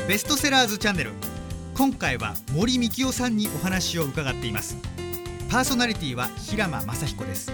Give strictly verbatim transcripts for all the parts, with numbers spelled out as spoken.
ベストセラーズチャンネル。今回は森幹夫さんにお話を伺っています。パーソナリティは平間正彦です。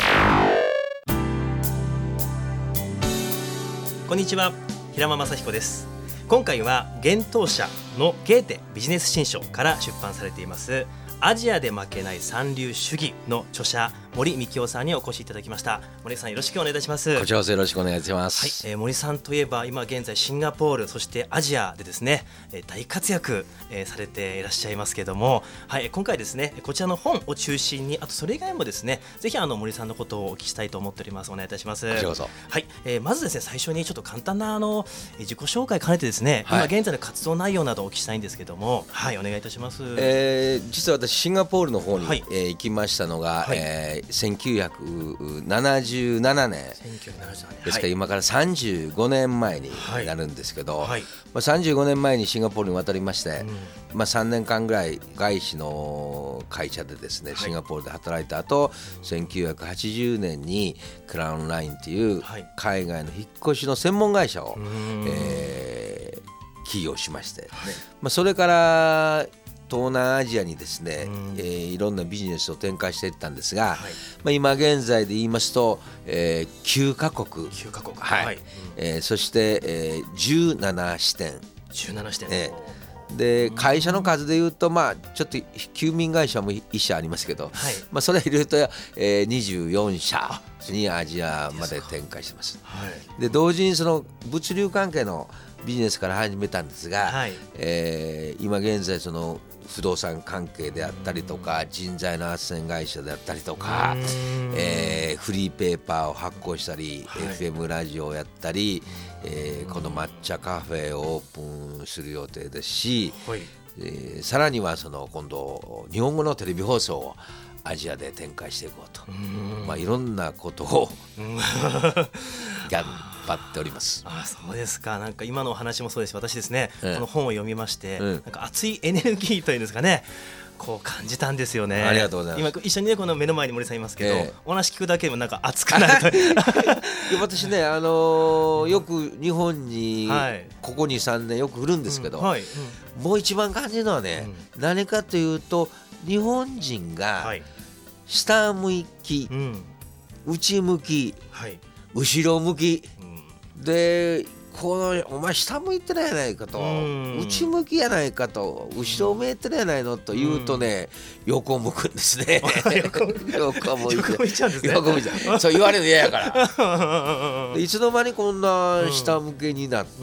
こんにちは、平間正彦です。今回は幻冬舎のゲーテビジネス新書から出版されていますアジアで負けない三流主義の著者森幹夫さんにお越しいただきました。森さん、よろしくお願いいたします。 こちらこそよろしくお願いします。 はい、えー、森さんといえば今現在シンガポール、そしてアジアでですね、えー、大活躍、えー、されていらっしゃいますけれども、はい、今回ですねこちらの本を中心に、あとそれ以外もですねぜひあの森さんのことをお聞きしたいと思っております。お願いいたします。 こちらこそ。 はい、えー、まずですね最初にちょっと簡単なあの自己紹介兼ねてですね、 はい、 今現在の活動内容などをお聞きしたいんですけども、はい、お願いいたします。 えー、実は私シンガポールの方に、 はいえー、行きましたのが、 はい、 えー、せんきゅうひゃくななじゅうななねんせんきゅうひゃくななじゅうななねんですから今からさんじゅうごねんまえになるんですけど、 はいはい、 まあ、さんじゅうごねんまえにシンガポールに渡りまして、 うん、 まあ、さんねんかんぐらい外資の会社でですねシンガポールで働いた後、はい、せんきゅうひゃくはちじゅうねんにクラウンラインという海外の引っ越しの専門会社を、えー、起業しまして、はい、まあ、それから東南アジアにですね、えー、いろんなビジネスを展開していったんですが、はい、まあ、今現在で言いますと、えー、きゅうカ国、 きゅうカ国、 はい、はい、えー、そして、えー、じゅうなな支店、 じゅうなな支店、 えー、で会社の数でいうと、まあ、ちょっと休眠会社もいっ社ありますけど、はい、まあ、それ入れると、えー、にじゅうよん社にアジアまで展開してます。はい、で同時にその物流関係のビジネスから始めたんですが、はい、えー、今現在その不動産関係であったりとか人材の斡旋会社であったりとか、えー、フリーペーパーを発行したり、はい、エフエム ラジオをやったり、えー、この抹茶カフェをオープンする予定ですし、はい、えー、さらにはその今度日本語のテレビ放送をアジアで展開していこうと、まあ、いろんなことを頑張っております。 あ、そうですか。なんか今のお話もそうですし、私ですね、 ええ、 この本を読みまして、 うん、 なんか熱いエネルギーというんですかね、こう感じたんですよね。 ありがとうございます。 今一緒にねこの目の前に森さんいますけど、ええ、お話聞くだけでもなんか熱くなると私ね、あのー、よく日本にここにさんねんよく来るんですけど、うん、はい、うん、もう一番感じるのはね、うん、何かというと日本人が下向き、うん、内向き、はい、後ろ向き、うん、でこのお前下向いてないやないかと、内向きやないかと、後ろ向いてないやないのと言うとね、横向くんですね。横向いて横向いちゃうんですね。 横向いちゃう。そう言われるの嫌やからいつの間にこんな下向けになって、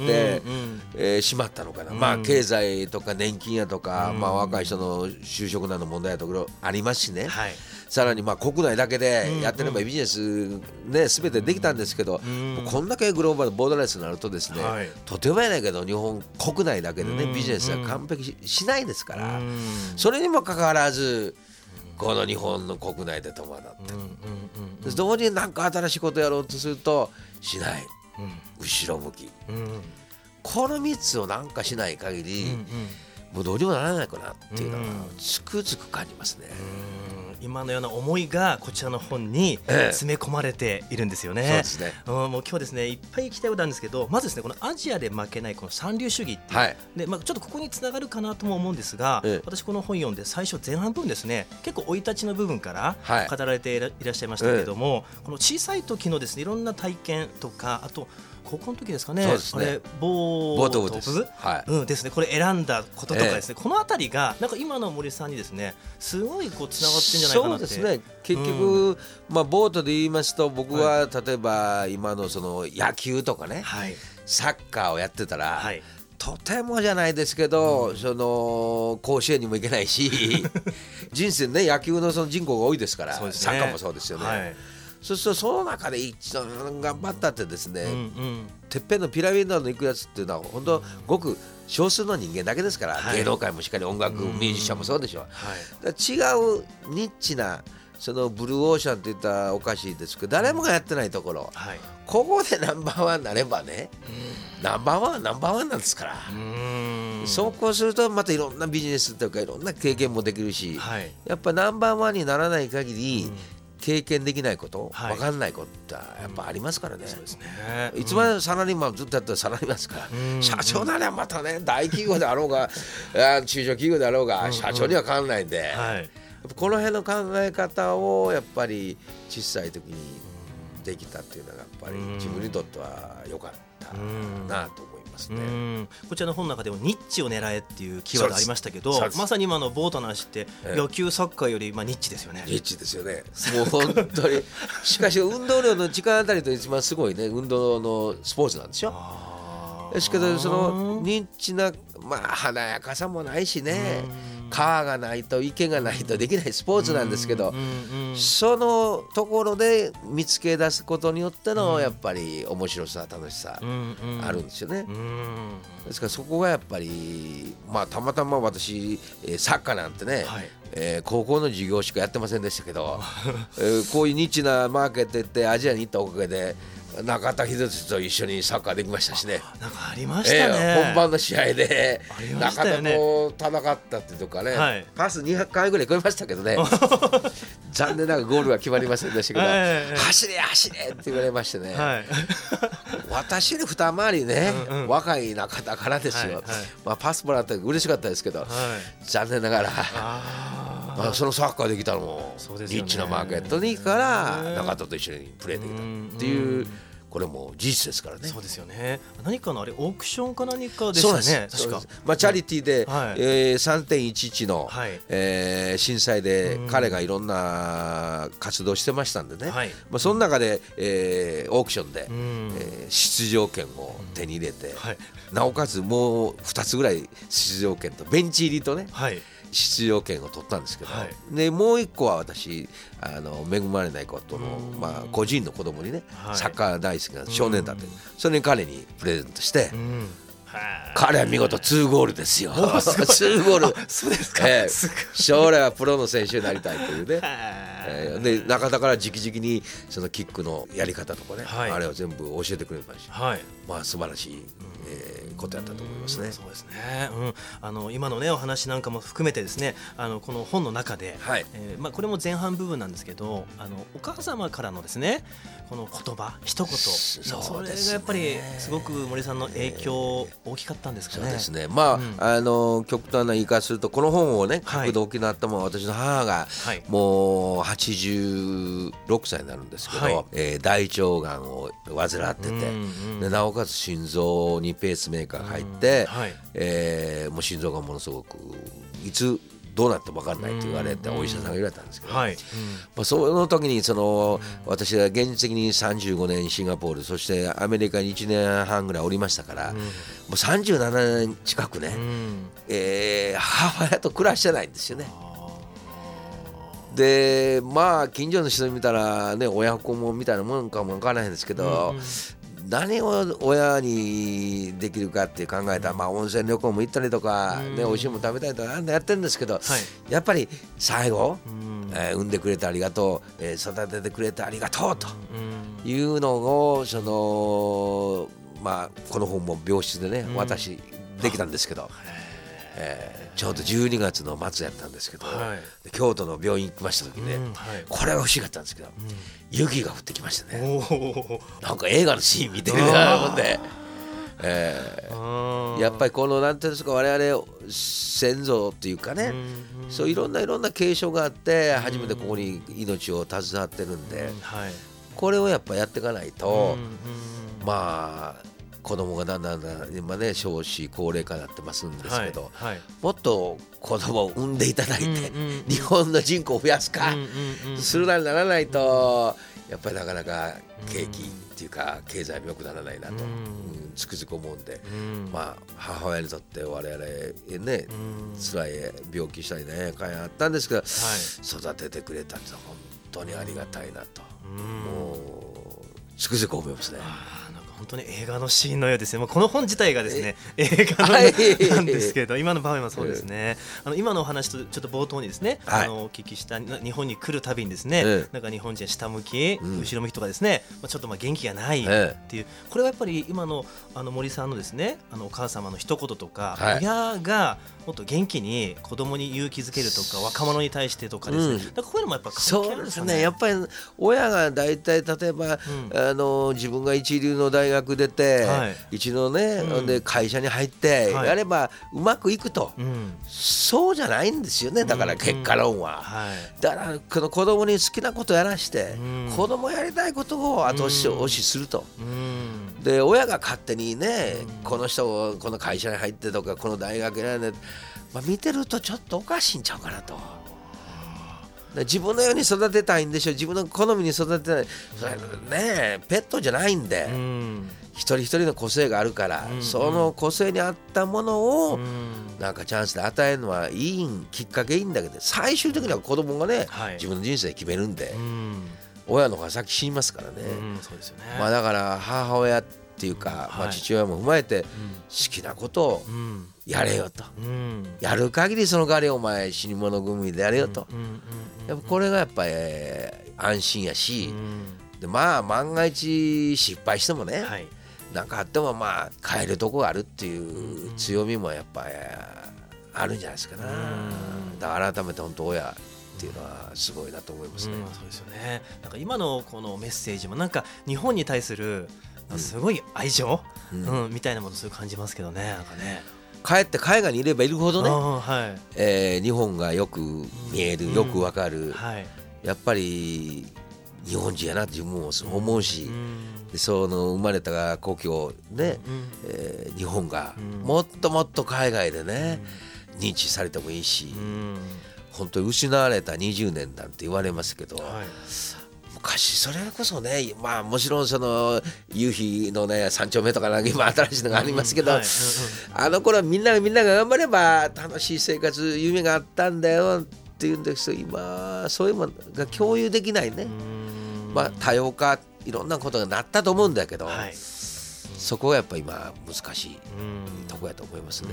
うん、えー、しまったのかな、うん、まあ経済とか年金やとか、うん、まあ、若い人の就職など問題やところありますしね、はい、さらにまあ国内だけでやってればビジネスね全てできたんですけど、うん、もうこんだけグローバルボーダーレスになるとですね、はい、とてもやないけど日本国内だけでね、うん、ビジネスは完璧 し, しないですから、うん、それにもかかわらずこの日本の国内で戸惑ってる、うんうんうんうん、同時に何か新しいことやろうとするとしない、うん、後ろ向き、うん、このみっつを何かしない限り、うんうん、もうどうにもならないかなっていうのはつくづく感じますね。 うん、今のような思いがこちらの本に詰め込まれているんですよね。 そうですね。 うん、もう今日ですねいっぱい聞きたいことあるんですけど、まずですねこのアジアで負けないこの三流主義っていう、はい、でまあ、ちょっとここにつながるかなとも思うんですが、ええ、私この本読んで最初前半部分ですね結構生い立ちの部分から語られていらっしゃいましたけれども、ええ、この小さい時のですねいろんな体験とか、あと高校の時ですかね、 そうですね、 あれボート部です、はい、うん、ですね、これ選んだこととかですね、ええ、このあたりがなんか今の森さんにですねすごいこうつながってんじゃないかなって。 そうですね、結局、うん、まあ、ボートで言いますと僕は例えば今のその野球とかね、はい、サッカーをやってたら、はい、とてもじゃないですけど、うん、その甲子園にも行けないし人生ね野球のその人口が多いですから、そうですね、サッカーもそうですよね、はい、そうするとその中で一番頑張ったってですね、うんうん、てっぺんのピラミッドの行くやつっていうのは本当ごく少数の人間だけですから、はい、芸能界もしっかり音楽、うん、ミュージシャンもそうでしょう、はい、違うニッチなそのブルーオーシャンって言ったらおかしいですけど誰もがやってないところ、はい、ここでナンバーワンになればね、うん、ナンバーワンはナンバーワンなんですから、うん、そうこうするとまたいろんなビジネスというかいろんな経験もできるし、はい、やっぱナンバーワンにならない限り、うん、 経験できないこと、はい、分かんないことってやっぱありますからね、うん、 そうですね、 いつまでサラリーマンずっとやったらサラリーマンですから、うん、社長ならまたね大企業であろうが中小企業であろうが、うん、社長には変わらないんで、はい、この辺の考え方をやっぱり小さい時にできたっていうのがやっぱり自分にとっては良かったなと思いますね。うん、 こちらの本の中でもニッチを狙えっていうキーワードありましたけど、まさに今のボートの話って野球サッカーよりまあニッチですよね。 ニッチですよね。もう本当にしかし運動量の時間あたりと一番すごいね運動のスポーツなんですよ。ですけどそのニッチなまあ華やかさもないしね、川がないと池がないとできないスポーツなんですけど、そのところで見つけ出すことによってのやっぱり面白さ楽しさあるんですよね。ですからそこがやっぱりまあたまたま私サッカーなんてね、はい、えー、高校の授業しかやってませんでしたけどえー、こういうニッチなマーケット行ってアジアに行ったおかげで中田英寿と一緒にサッカーできましたしね。 なんかありましたね、 えー、本番の試合で中田と戦ったっていうとかね、はい、パスにひゃっかいぐらい超えましたけどね残念ながらゴールは決まりませんでしたけど、はい、走れ走れって言われましてね、はい、私より二回りね、うんうん、若い中田からですよ、はいはい、まあ、パスもらって嬉しかったですけど、はい、残念ながらあ、まあ、そのサッカーできたのもニッチなマーケットにから中田と一緒にプレーできたっていう、これも事実ですからね。 そうですよね。何かのあれオークションか何かでしたね。確か、 まあ、チャリティーで、はい、えー、さんてんいちいち の、はい、えー、震災で彼がいろんな活動してましたんでね、はい、まあ、その中で、えー、オークションで、えー、出場権を手に入れて、はい、なおかつもうふたつぐらい出場権とベンチ入りとね、はい、出場権を取ったんですけど、はい、でもう一個は私あの恵まれないことの、まあ、個人の子供にね、はい、サッカー大好きな少年だって、それに彼にプレゼントして、彼は見事にゴールですよ。にゴールそうですか、 えー、将来はプロの選手になりたいというね、えー、で中田から直々にそのキックのやり方とかね、はい、あれを全部教えてくれました、はい、まあ素晴らしい、えー、ことやったと思いますね。 そうですね、うん、あの今のねお話なんかも含めてですね、あのこの本の中で、はい、えーまあ、これも前半部分なんですけど、あのお母様からのですねこの言葉一言、それがやっぱりすごく森さんの影響大きかったんですかね。 そうですね、まあ、うん、あの極端な言い方するとこの本をね書く動機になったのは、私の母がもうはちじゅうろくさいになるんですけど、はい、えー、大腸がんを患ってて、うんうん、でなおかつ心臓にペースメーカーが入って、うん、はい、えー、もう心臓がものすごくいつどうなっても分かんないと言われて、お医者さんが言われたんですけど、はい、うん、まあ、その時にその、うん、私は現実的にさんじゅうごねんシンガポール、そしてアメリカにいちねんはんぐらいおりましたから、うん、もうさんじゅうななねん近くね、うん、えー、母親と暮らしてないんですよね。でまあ近所の人見たらね親子もみたいなもんかも分からないんですけど、うんうん、何を親にできるかって考えたら、まあ、温泉旅行も行ったりとか、ね、美味しいもの食べたりとかなんだやってるんですけど、はい、やっぱり最後、えー、産んでくれてありがとう、えー、育ててくれてありがとうというのをその、まあ、この本も病室でね渡しできたんですけど、えー、ちょうどじゅうにがつの末やったんですけど、はい、で京都の病院行きました時ね、うん、はい、これは不思議だったんですけど、うん、雪が降ってきましたね。なんか映画のシーン見てるなと思って、えー、やっぱりこのなんていうんですか、我々先祖っていうかね、うん、そういろんないろんな継承があって初めてここに命を携わってるんで、うん、はい、これをやっぱやっていかないと、うん、まあ子供がだんだんだん今ね少子高齢化になってますんですけど、はいはい、もっと子供を産んでいただいて、うんうんうん、日本の人口を増やすか、うんうんうん、するなりならないとやっぱりなかなか景気っていうか経済も良くならないなと、うんうん、つくづく思うんで、うん、まあ母親にとって我々ね、うん、辛い病気したりね会あったんですけど、はい、育ててくれたって本当にありがたいなと、うん、もうつくづく思いますね。 本当に映画のシーンのようですね。もうこの本自体がですね映画のなんですけど、今の場面もそうですね。あの今のお話とちょっと冒頭にですね、はい、あのお聞きした日本に来るたびにですね、ええ、なんか日本人は下向き、うん、後ろ向きとかですね、まあ、ちょっとまあ元気がないっていう、ええ、これはやっぱり今のあの森さんのですね、あのお母様の一言とか、はい、親がもっと元気に子供に勇気づけるとか若者に対してとかですね、うん、だからこういうのもやっぱ関係あるんですかね。そうですね。やっぱり親が大体例えば、うん、あの自分が一流の大学出て、はい、一のね、うん、で会社に入ってやればうまくいくと、はい、そうじゃないんですよね。だから結果論は、うんうんはい、だからこの子供に好きなことやらして、うん、子供やりたいことを後押し、うん、押しすると、うん、で親が勝手にね、うん、この人この会社に入ってとかこの大学に入って、まあ、見てるとちょっとおかしいんちゃうかなと。自分のように育てたいんでしょ。自分の好みに育てたい。それねペットじゃないんで、うん、一人一人の個性があるから、うん、その個性に合ったものを、うん、なんかチャンスで与えるのはいいきっかけいいんだけど、最終的には子供がね、はい、自分の人生決めるんで、うん、親の方が先死にますからね。 うん、そうですよね。 まあだから母親っていうか、うんまあ、父親も踏まえて好きなことをやれよと、うん、やる限りその代わりお前死に物狂いでやれよと、うんうんうんうん、やっぱこれがやっぱり、えー、安心やし、うん、でまあ万が一失敗してもね、はい、なんかあってもまあ変えるとこがあるっていう強みもやっぱりあるんじゃないですかね。うん、だから改めて本当親っていうのはすごいなと思いますね。 うん、そうですよね。なんか今のこのメッセージもなんか日本に対するすごい愛情、うんうん、みたいなものをそういう感じますけどね。なんかね帰って海外にいればいるほどね、はいえー、日本がよく見える、うん、よくわかる、はい、やっぱり日本人やなって自分も思うし、うん、でその生まれた故郷ね、うんえー、日本がもっともっと海外でね、うん、認知されてもいいし、うん、本当に失われたにじゅうねんなんて言われますけど、はい昔それこそね、まあもちろんその夕日のね三丁目とかなんか今新しいのがありますけど、うんはいうんうん、あの頃はみんながみんなが頑張れば楽しい生活夢があったんだよっていうんですけど、今そういうものが共有できないね、まあ多様化いろんなことがなったと思うんだけど、はい、そこがやっぱ今難しいとこやと思いますね。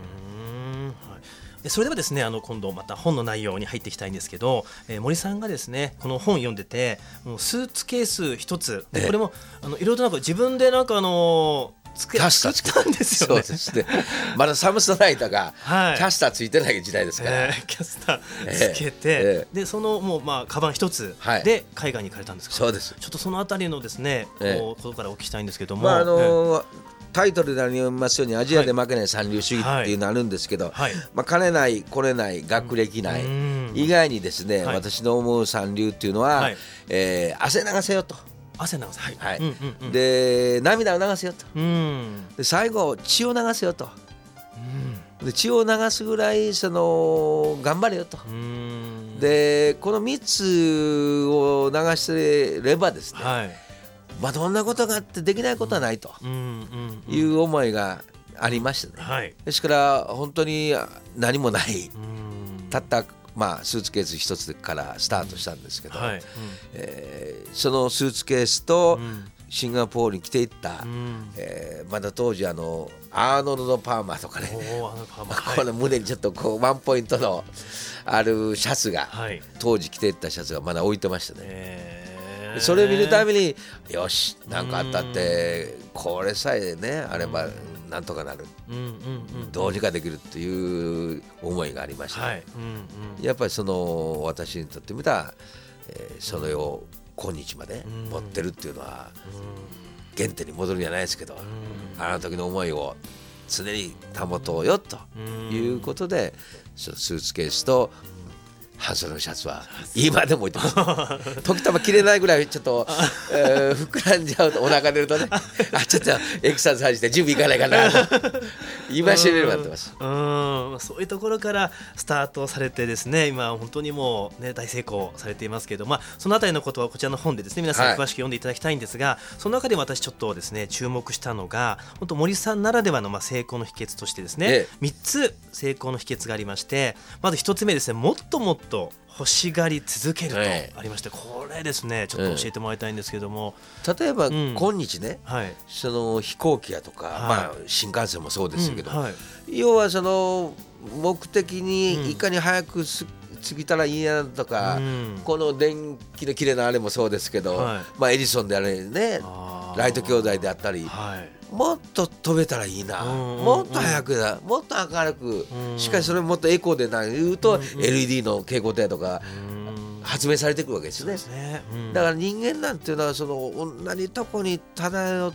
それではですね、あの今度また本の内容に入っていきたいんですけど、えー、森さんがですねこの本を読んでてもうスーツケース一つでこれもあのいろいろとなんか自分でなんかあのつけ作ったんですよね。そうですね。 まだサムストライトがキャスターついてない時代ですから、 はいえー、キャスターつけて、えー、でそのもうまあカバン一つで海外に行かれたんですか。 そうです。 ちょっとそのあたりのですね、えー、ことからお聞きしたいんですけども、 まああのーえータイトルでありますようにアジアで負けない三流主義っていうのあるんですけど、はいはいまあ、金ない来れない学歴ない、うん、以外にですね、はい、私の思う三流っていうのは、はいえー、汗流せよと汗流せ、はいはいうんうんうん、で涙を流せよと、うん、で最後血を流せよと、うん、で血を流すぐらいその頑張れよと、うん、でこのみっつを流してればですね、はいまあ、どんなことがあってできないことはないという思いがありましてね、はい、ですから本当に何もないたったまあスーツケース一つからスタートしたんですけど、はいうんえー、そのスーツケースとシンガポールに来ていった、うんえー、まだ当時あのアーノルド・パーマーとかねこの胸にちょっとこうワンポイントのあるシャツが、はい、当時着ていったシャツがまだ置いてましたね、えーそれを見るためによし何かあったってこれさえねあればなんとかなるどうにかできるっていう思いがありました、ねはいうんうん、やっぱりその私にとってみた、えー、それを今日まで持ってるっていうのは原点に戻るんじゃないですけどあの時の思いを常に保とうよということでスーツケースと半袖のシャツは今でも置いてます時たま着れないぐらいちょっと、えー、膨らんじゃうとお腹出るとねあちょっとエクササイズで準備いかないかなと今しれるようになってます。 うんそういうところからスタートされてですね今本当にもう、ね、大成功されていますけど、まあ、そのあたりのことはこちらの本でですね皆さん詳しく読んでいただきたいんですが、はい、その中で私ちょっとですね注目したのが本当森さんならではのまあ成功の秘訣としてですね、ええ、みっつ成功の秘訣がありましてまずひとつめですねもっともっとと欲しがり続けるとありまして、これですねちょっと教えてもらいたいんですけども、 例えば今日ね、うんはい、その飛行機やとか、はいまあ、新幹線もそうですけど、うんはい、要はその目的にいかに早くす、うん、過ぎたらいいなとか、うん、この電気のきれいなあれもそうですけど、はいまあ、エジソンであれねライト兄弟であったり、はい、もっと飛べたらいいな、うんうんうん、もっと早くだもっと明るく、うん、しかしそれもっとエコでな言うと、うんうん、エルイーディー の蛍光灯とか、うん、発明されてくるわけですね。ですね、うん、だから人間なんていうのはその同じとこに漂って、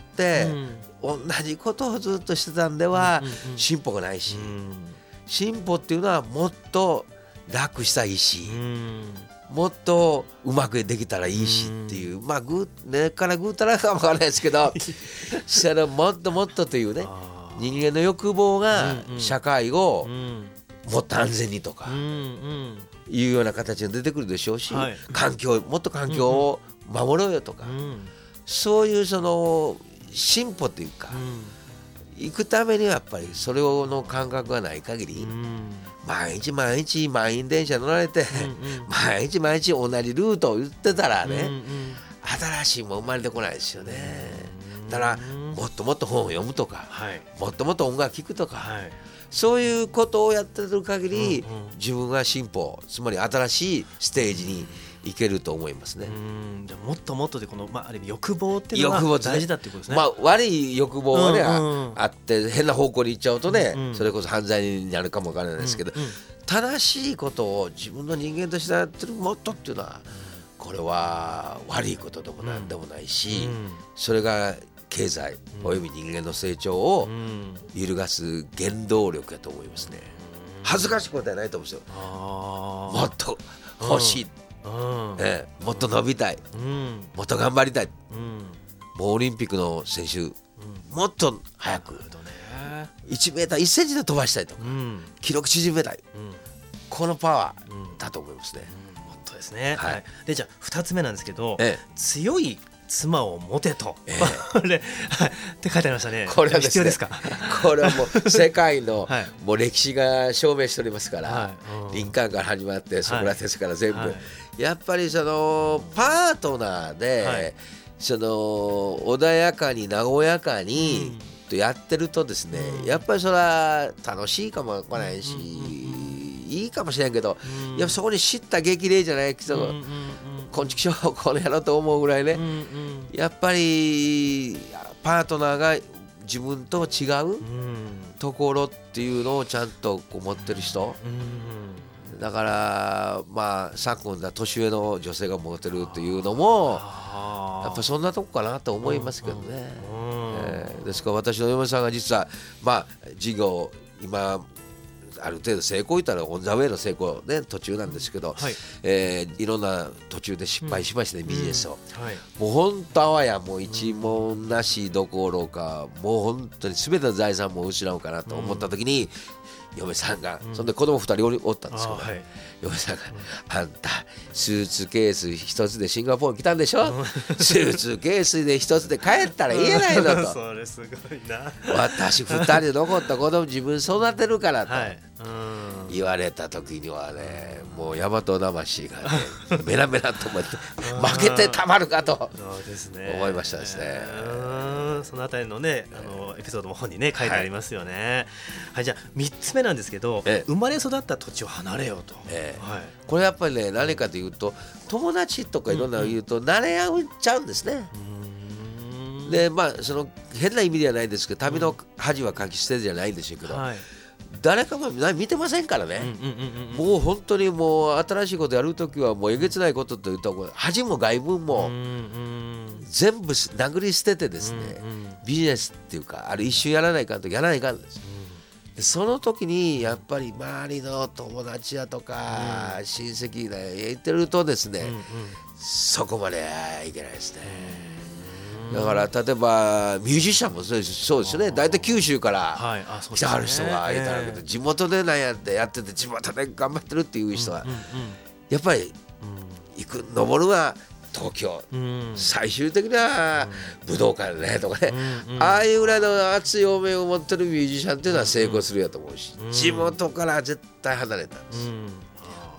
うん、同じことをずっとしてたんでは、うんうんうん、進歩がないし、うん、進歩っていうのはもっと楽したいし、うんもっとうまくできたらいいしっていう、まあぐ根っからぐうたらかもわからないですけどそれもっともっとというね人間の欲望が社会をもっと安全にとかいうような形に出てくるでしょうし、環境もっと環境を守ろうよとか、そういうその進歩というか行くためにはやっぱりそれの感覚がない限り毎日毎日満員電車乗られて、うんうん、毎日毎日同じルートを言ってたらね、うんうん、新しいも生まれてこないですよね。だからもっともっと本を読むとか、はい、もっともっと音楽聴くとか、はい、そういうことをやってる限り、うんうん、自分が進歩つまり新しいステージにいけると思いますね。 うんじゃあもっともっとでこの、まあ、ある意味欲望っていうのは大事だっていうことですね。 まあ、悪い欲望が、ねうんうん、あって変な方向に行っちゃうとね、うんうん、それこそ犯罪になるかもわからないですけど、うんうん、正しいことを自分の人間としてやってるもっとっていうのはこれは悪いことでもなんでもないし、うん、それが経済および人間の成長を揺るがす原動力だと思いますね。恥ずかしいことはないと思うんですよ。もっと欲しい、うんええ、もっと伸びたい、うん、もっと頑張りたい、うん、もうオリンピックの選手、うん、もっと早く、ね、いちメーターいちセンチで飛ばしたいとか、うん、記録縮めたい、うん、このパワーだと思いますね、 うん、もっとですね、はいはい、でじゃあふたつめなんですけど、ええ、強い妻を持てと、ええ、これって書いてありましたね。 これはですね、 必要ですか？ これはもう世界のもう歴史が証明しておりますから、はい、リンカーンから始まってソクラテスから全部、はいはい、やっぱりそのパートナーで、はい、その穏やかに和やかに、うん、とやってるとですね、うん、やっぱりそれは楽しいかもわからないし、うんうんうん、いいかもしれんけど、うん、やっぱそこに知った激励じゃないけど、うんうんうん、こんちきしょうこのやろうと思うぐらいね、うんうん、やっぱりパートナーが自分と違うところっていうのをちゃんとこう持ってる人、うん、だからまあ昨今だ年上の女性が持ってるっていうのもやっぱそんなとこかなと思いますけどね、うんうんえー、ですから私の嫁さんが実はまあ事業今ある程度成功いったらオンザウェイの成功ね途中なんですけど、はいえー、いろんな途中で失敗しまして、ねうん、ビジネスを、うんはい、もう本当あわやもう一文なしどころか、うん、もう本当に全ての財産も失うかなと思った時に、うん、嫁さんが、うん、そんで子供ふたりおったんですけど、はい、嫁さんが、うん、あんたスーツケース一つでシンガポール来たんでしょ、うん、スーツケースで一つで帰ったらいいやないのとそれすごいな私ふたりで残った子供自分育てるからと、はいうん、言われた時にはねもう大和魂がねメラメラと思って負けてたまるかと思いましたですね。 うんそのあたりのねあのエピソードも本にね書いてありますよね、はいはい、じゃあみっつめなんですけど生まれ育った土地を離れようと、ええはい、 これやっぱりね何かというと友達とかいろんなのを言うと慣れ合っちゃうんですね、うん、でまあその変な意味ではないですけど旅の恥はかき捨てじゃないんでしょうけど、はい誰かも見てませんからね、うんうんうんうん、もう本当にもう新しいことやるときはもうえげつないことというと恥も外文も全部殴り捨ててですね、うんうん、ビジネスっていうかあれ一瞬やらないかんとやらないかんです、うん、でその時にやっぱり周りの友達やとか、うん、親戚で言ってるとですね、うんうん、そこまでいけないですね、だから例えばミュージシャンもそうですよね。大体九州から来てはる人がいたわけで、地元でなんやってやってて地元で頑張ってるっていう人はやっぱり行く登るは東京、最終的には武道館ねとかね、ああいうぐらいの熱い応援を持ってるミュージシャンっていうのは成功するやと思うし、地元から絶対離れたんです。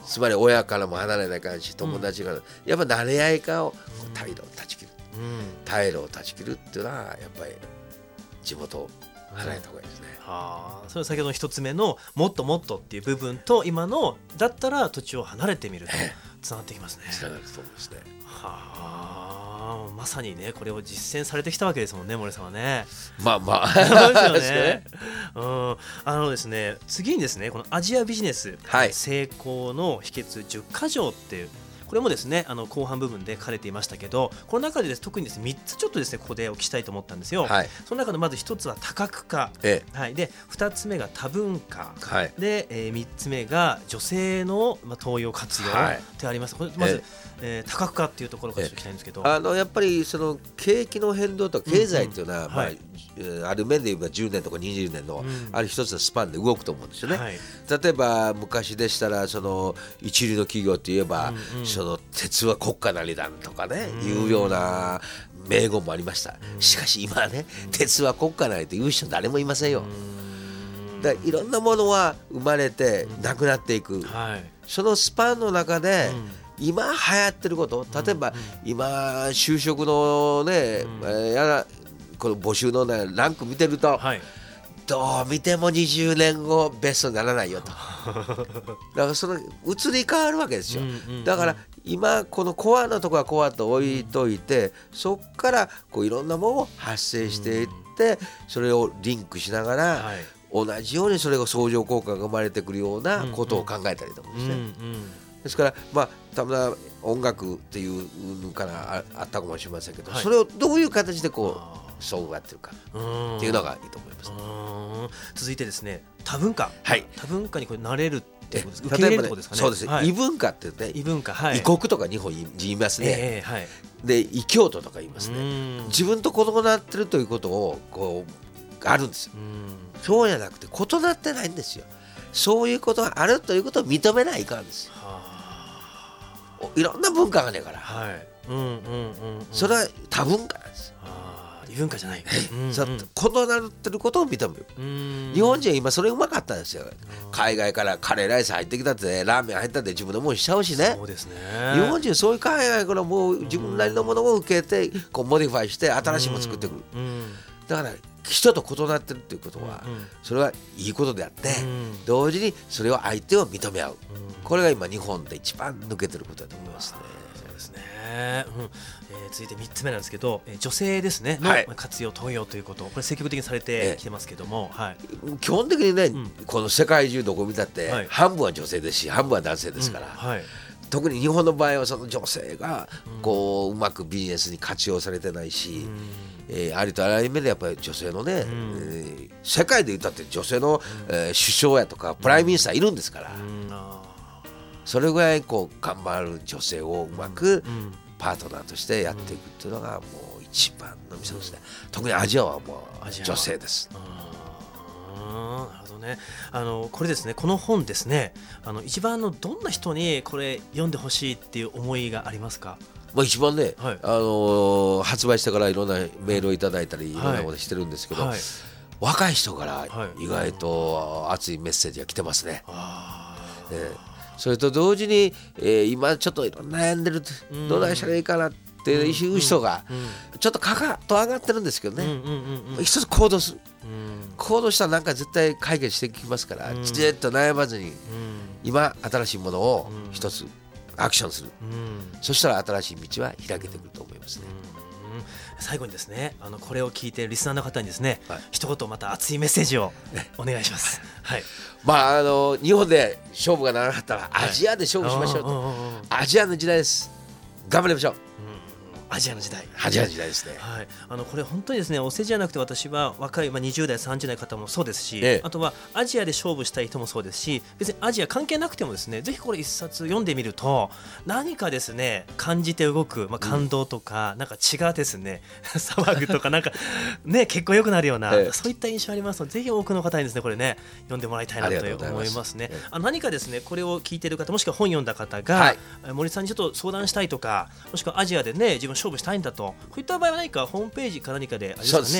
つまり親からも離れないかんし友達から、うん、やっぱ慣れ合いかを退路を断ち切る、うん、退路を断ち切るっていうのはやっぱり地元を離れた方がいいですね、 うん、はあ、それは先ほどの一つ目のもっともっとっていう部分と今のだったら土地を離れてみるとつながってきますね。 つながると思いますね。 はあ、まさにねこれを実践されてきたわけですもんね、森さんはね。 まあまあそうですよね。うん、あのですね次にですねこのアジアビジネス、はい、成功の秘訣じゅっか条っていうこれもですねあの後半部分で書かれていましたけど、この中でです、特にですねみっつちょっとですねここでお聞きしたいと思ったんですよ、はい、その中のまずひとつは多角化、ええ、はい、でふたつめが多文化、はい、で、えー、みっつめが女性の、まあ、登用活用ってあります、はい、これまず、ええー、多角化っていうところから聞きたいんですけど、 あのやっぱりその景気の変動と経済っていうのは、うんうん、まあ、はい、ある面で言えばじゅうねんとかにじゅうねんのある一つのスパンで動くと思うんですよね、はい、例えば昔でしたらその一流の企業って言えば、うんうん、その鉄は国家なりだとかね、うん、いうような名言もありました、うん、しかし今はね、うん、鉄は国家なりと言う人誰もいませんよ、うん、だからいろんなものは生まれてなくなっていく、うん、はい、そのスパンの中で、うん、今流行ってること例えば、うん、今就職のね、うん、やらこの募集の、ね、ランク見てると、はい、どう見てもにじゅうねんごベストにならないよとだからその移り変わるわけですよ、うんうんうん、だから今このコアのところはコアと置いといて、うん、そこからこういろんなものを発生していって、うん、それをリンクしながら、はい、同じようにそれが相乗効果が生まれてくるようなことを考えたりと思うんですね、うんうん、ですからまあたまた音楽っていうのからあったかもしれませんけど、はい、それをどういう形でこうそうやってるかっていうのがいいと思います、ね、 うん、続いてですね多文化、はい、多文化にこれ慣れるってことですか、受け入れるってことですかね。そうですね、はい、異文化ってね、 異文化、はい、 異国とか日本言いますね、えーはい、で異教徒とか言いますね。自分と異なってるということをこうあるんですよ。うん、そうじゃなくて異なってないんですよ。そういうことがあるということを認めないかんですよ。いろんな文化がねえから、はい、うんうんうんうん、それは多文化なんですよ。 異文化じゃない、うんうん、 異なってることを認める。うん、日本人は今それうまかったんですよ。海外からカレーライス入ってきたって、ね、ラーメン入ったって自分のものしちゃうしね。 そうですね、 日本人そういう海外からもう自分なりのものを受けてこうモディファイして新しいものを作ってくる。うんうん、だから人と異なってるっていうことは、うんうん、それはいいことであって、うん、同時にそれを相手を認め合う、うん、これが今日本で一番抜けてることだと思いますね。 そうですね、うん、えー、続いてみっつめなんですけど、えー、女性ですねの、はい、活用登用ということこれ積極的にされてきてますけども、えーはい、 基本的にね、うん、この世界中どこ見たって、はい、半分は女性ですし半分は男性ですから、うん、はい、特に日本の場合はその女性がこう、うん、うまくビジネスに活用されてないし、うん、えー、ありとあらゆる面でやっぱり女性のね、うん、えー、世界で言ったって女性の、うん、えー、首相やとかプライムミニスターいるんですから、うん、それぐらいこう頑張る女性をうまくパートナーとしてやっていくっていうのがもう一番のミソですね。特にアジアはもう女性です。 なるほどね。あのこれですね、この本ですね、あの一番のどんな人にこれ読んでほしいっていう思いがありますか？ まあ、一番ね、はい、あのー、発売してからいろんなメールをいただいたりいろんなことしてるんですけど、はい、若い人から意外と熱いメッセージが来てますね。はい、えー、それと同時に、えー、今ちょっといろんな悩んでる、どうしたらいいかなっていう人がちょっとかかと上がってるんですけどね、一つ行動する、行動したらなんか絶対解決してきますから、じっと悩まずに今新しいものを一つアクションする、うん、そしたら新しい道は開けてくると思いますね。 うん、最後にですね、あのこれを聞いているリスナーの方にですね、はい、一言また熱いメッセージをお願いします。はい、 まああの日本で勝負がならなかったらアジアで勝負しましょうと、はい、アジアの時代です。頑張りましょう。 アジアの時代、 アジアの時代ですね。 はい、あのこれ本当にですね、お世辞じゃなくて私は若い、まあ、にじゅう代さんじゅう代の方もそうですし、ええ、あとはアジアで勝負したい人もそうですし、別にアジア関係なくてもですね、ぜひこれ一冊読んでみると何かですね感じて動く、まあ、感動とか、うん、なんか血がですね騒ぐとかなんかね結構良くなるような、ええ、そういった印象ありますので、ぜひ多くの方にですねこれね読んでもらいたいなと思いますね。ええ、あ何かですねこれを聞いている方もしくは本読んだ方が、はい、森さんにちょっと相談したいとか、もしくはアジアでね自分勝負したいんだと、こういった場合は何かホームページか何かであれですかね、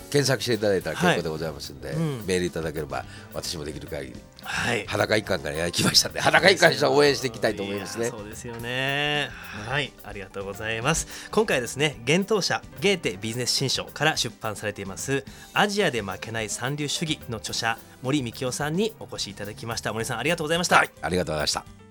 検索していただいたら結構でございますんで、はい、うん、メールいただければ私もできる限り、はい、裸一貫からやきましたんで、裸一貫したら応援していきたいと思いますね。 そうですよね。はい、ありがとうございます。今回ですね、幻冬舎ゲーテビジネス新書から出版されていますアジアで負けない三流主義の著者森幹夫さんにお越しいただきました。森さん、ありがとうございました。 はい、ありがとうございました。